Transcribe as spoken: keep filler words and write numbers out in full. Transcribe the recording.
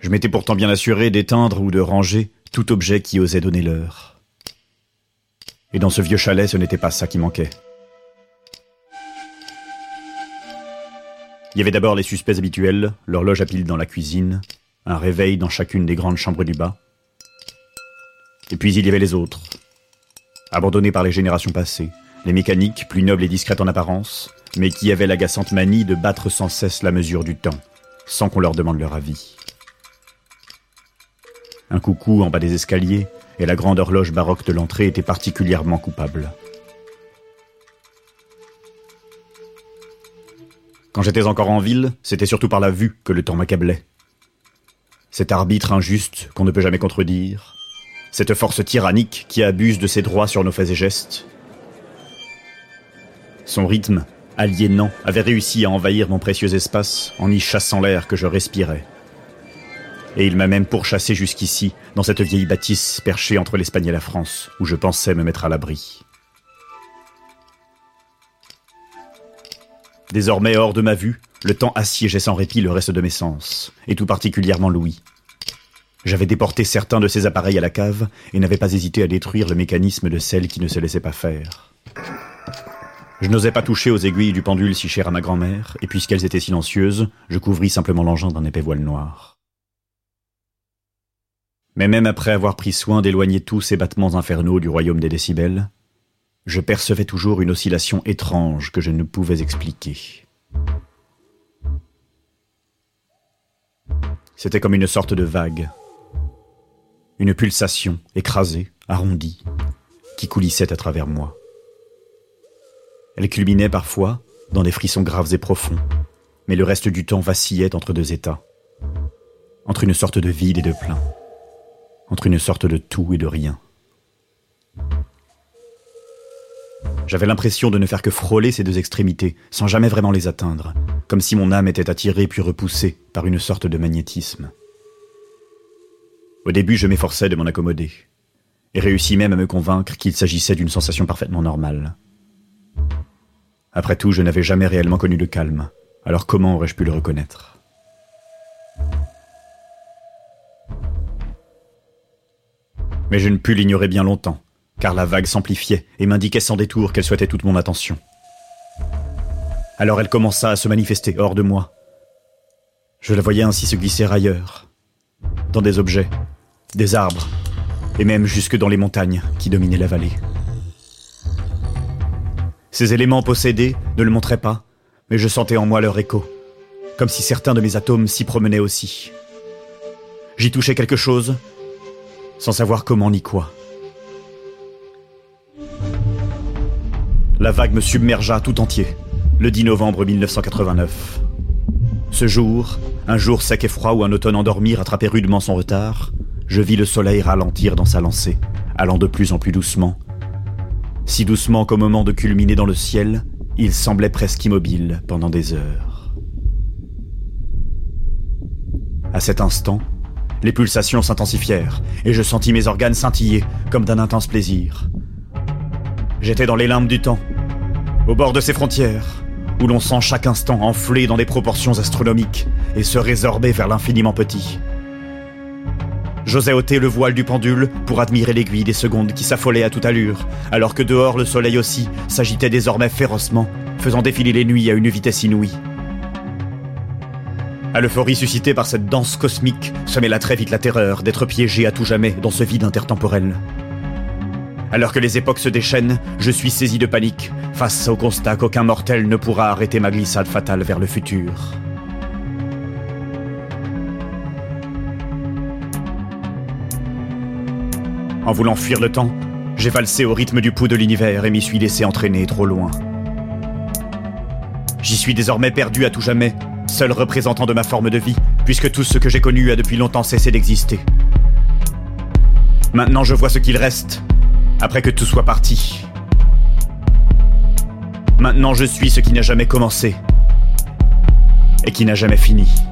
Je m'étais pourtant bien assuré d'éteindre ou de ranger tout objet qui osait donner l'heure. Et dans ce vieux chalet, ce n'était pas ça qui manquait. Il y avait d'abord les suspects habituels, l'horloge à pile dans la cuisine, un réveil dans chacune des grandes chambres du bas. Et puis il y avait les autres, abandonnés par les générations passées, les mécaniques, plus nobles et discrètes en apparence, mais qui avaient l'agaçante manie de battre sans cesse la mesure du temps, sans qu'on leur demande leur avis. Un coucou en bas des escaliers et la grande horloge baroque de l'entrée étaient particulièrement coupables. Quand j'étais encore en ville, c'était surtout par la vue que le temps m'accablait. Cet arbitre injuste qu'on ne peut jamais contredire, cette force tyrannique qui abuse de ses droits sur nos faits et gestes. Son rythme, aliénant, avait réussi à envahir mon précieux espace en y chassant l'air que je respirais. Et il m'a même pourchassé jusqu'ici, dans cette vieille bâtisse perchée entre l'Espagne et la France, où je pensais me mettre à l'abri. Désormais hors de ma vue, le temps assiégeait sans répit le reste de mes sens, et tout particulièrement l'ouïe. J'avais déporté certains de ces appareils à la cave et n'avais pas hésité à détruire le mécanisme de celle qui ne se laissait pas faire. Je n'osais pas toucher aux aiguilles du pendule si cher à ma grand-mère, et puisqu'elles étaient silencieuses, je couvris simplement l'engin d'un épais voile noir. Mais même après avoir pris soin d'éloigner tous ces battements infernaux du royaume des décibels, je percevais toujours une oscillation étrange que je ne pouvais expliquer. C'était comme une sorte de vague, une pulsation écrasée, arrondie, qui coulissait à travers moi. Elle culminait parfois dans des frissons graves et profonds, mais le reste du temps vacillait entre deux états, entre une sorte de vide et de plein, entre une sorte de tout et de rien. J'avais l'impression de ne faire que frôler ces deux extrémités, sans jamais vraiment les atteindre, comme si mon âme était attirée puis repoussée par une sorte de magnétisme. Au début, je m'efforçais de m'en accommoder, et réussis même à me convaincre qu'il s'agissait d'une sensation parfaitement normale. Après tout, je n'avais jamais réellement connu le calme, alors comment aurais-je pu le reconnaître ? Mais je ne pus l'ignorer bien longtemps, car la vague s'amplifiait et m'indiquait sans détour qu'elle souhaitait toute mon attention. Alors elle commença à se manifester hors de moi. Je la voyais ainsi se glisser ailleurs, dans des objets, des arbres, et même jusque dans les montagnes qui dominaient la vallée. Ces éléments possédés ne le montraient pas, mais je sentais en moi leur écho, comme si certains de mes atomes s'y promenaient aussi. J'y touchais quelque chose, sans savoir comment ni quoi. La vague me submergea tout entier, le dix novembre mille neuf cent quatre-vingt-neuf. Ce jour, un jour sec et froid où un automne endormi rattrapait rudement son retard, je vis le soleil ralentir dans sa lancée, allant de plus en plus doucement. Si doucement qu'au moment de culminer dans le ciel, il semblait presque immobile pendant des heures. À cet instant, les pulsations s'intensifièrent, et je sentis mes organes scintiller comme d'un intense plaisir. J'étais dans les limbes du temps, au bord de ces frontières, où l'on sent chaque instant enfler dans des proportions astronomiques et se résorber vers l'infiniment petit. J'osais ôter le voile du pendule pour admirer l'aiguille des secondes qui s'affolaient à toute allure, alors que dehors le soleil aussi s'agitait désormais férocement, faisant défiler les nuits à une vitesse inouïe. À l'euphorie suscitée par cette danse cosmique se mêla très vite la terreur d'être piégé à tout jamais dans ce vide intertemporel. Alors que les époques se déchaînent, je suis saisi de panique, face au constat qu'aucun mortel ne pourra arrêter ma glissade fatale vers le futur. En voulant fuir le temps, j'ai valsé au rythme du pouls de l'univers et m'y suis laissé entraîner trop loin. J'y suis désormais perdu à tout jamais, seul représentant de ma forme de vie, puisque tout ce que j'ai connu a depuis longtemps cessé d'exister. Maintenant je vois ce qu'il reste, après que tout soit parti. Maintenant je suis ce qui n'a jamais commencé, et qui n'a jamais fini.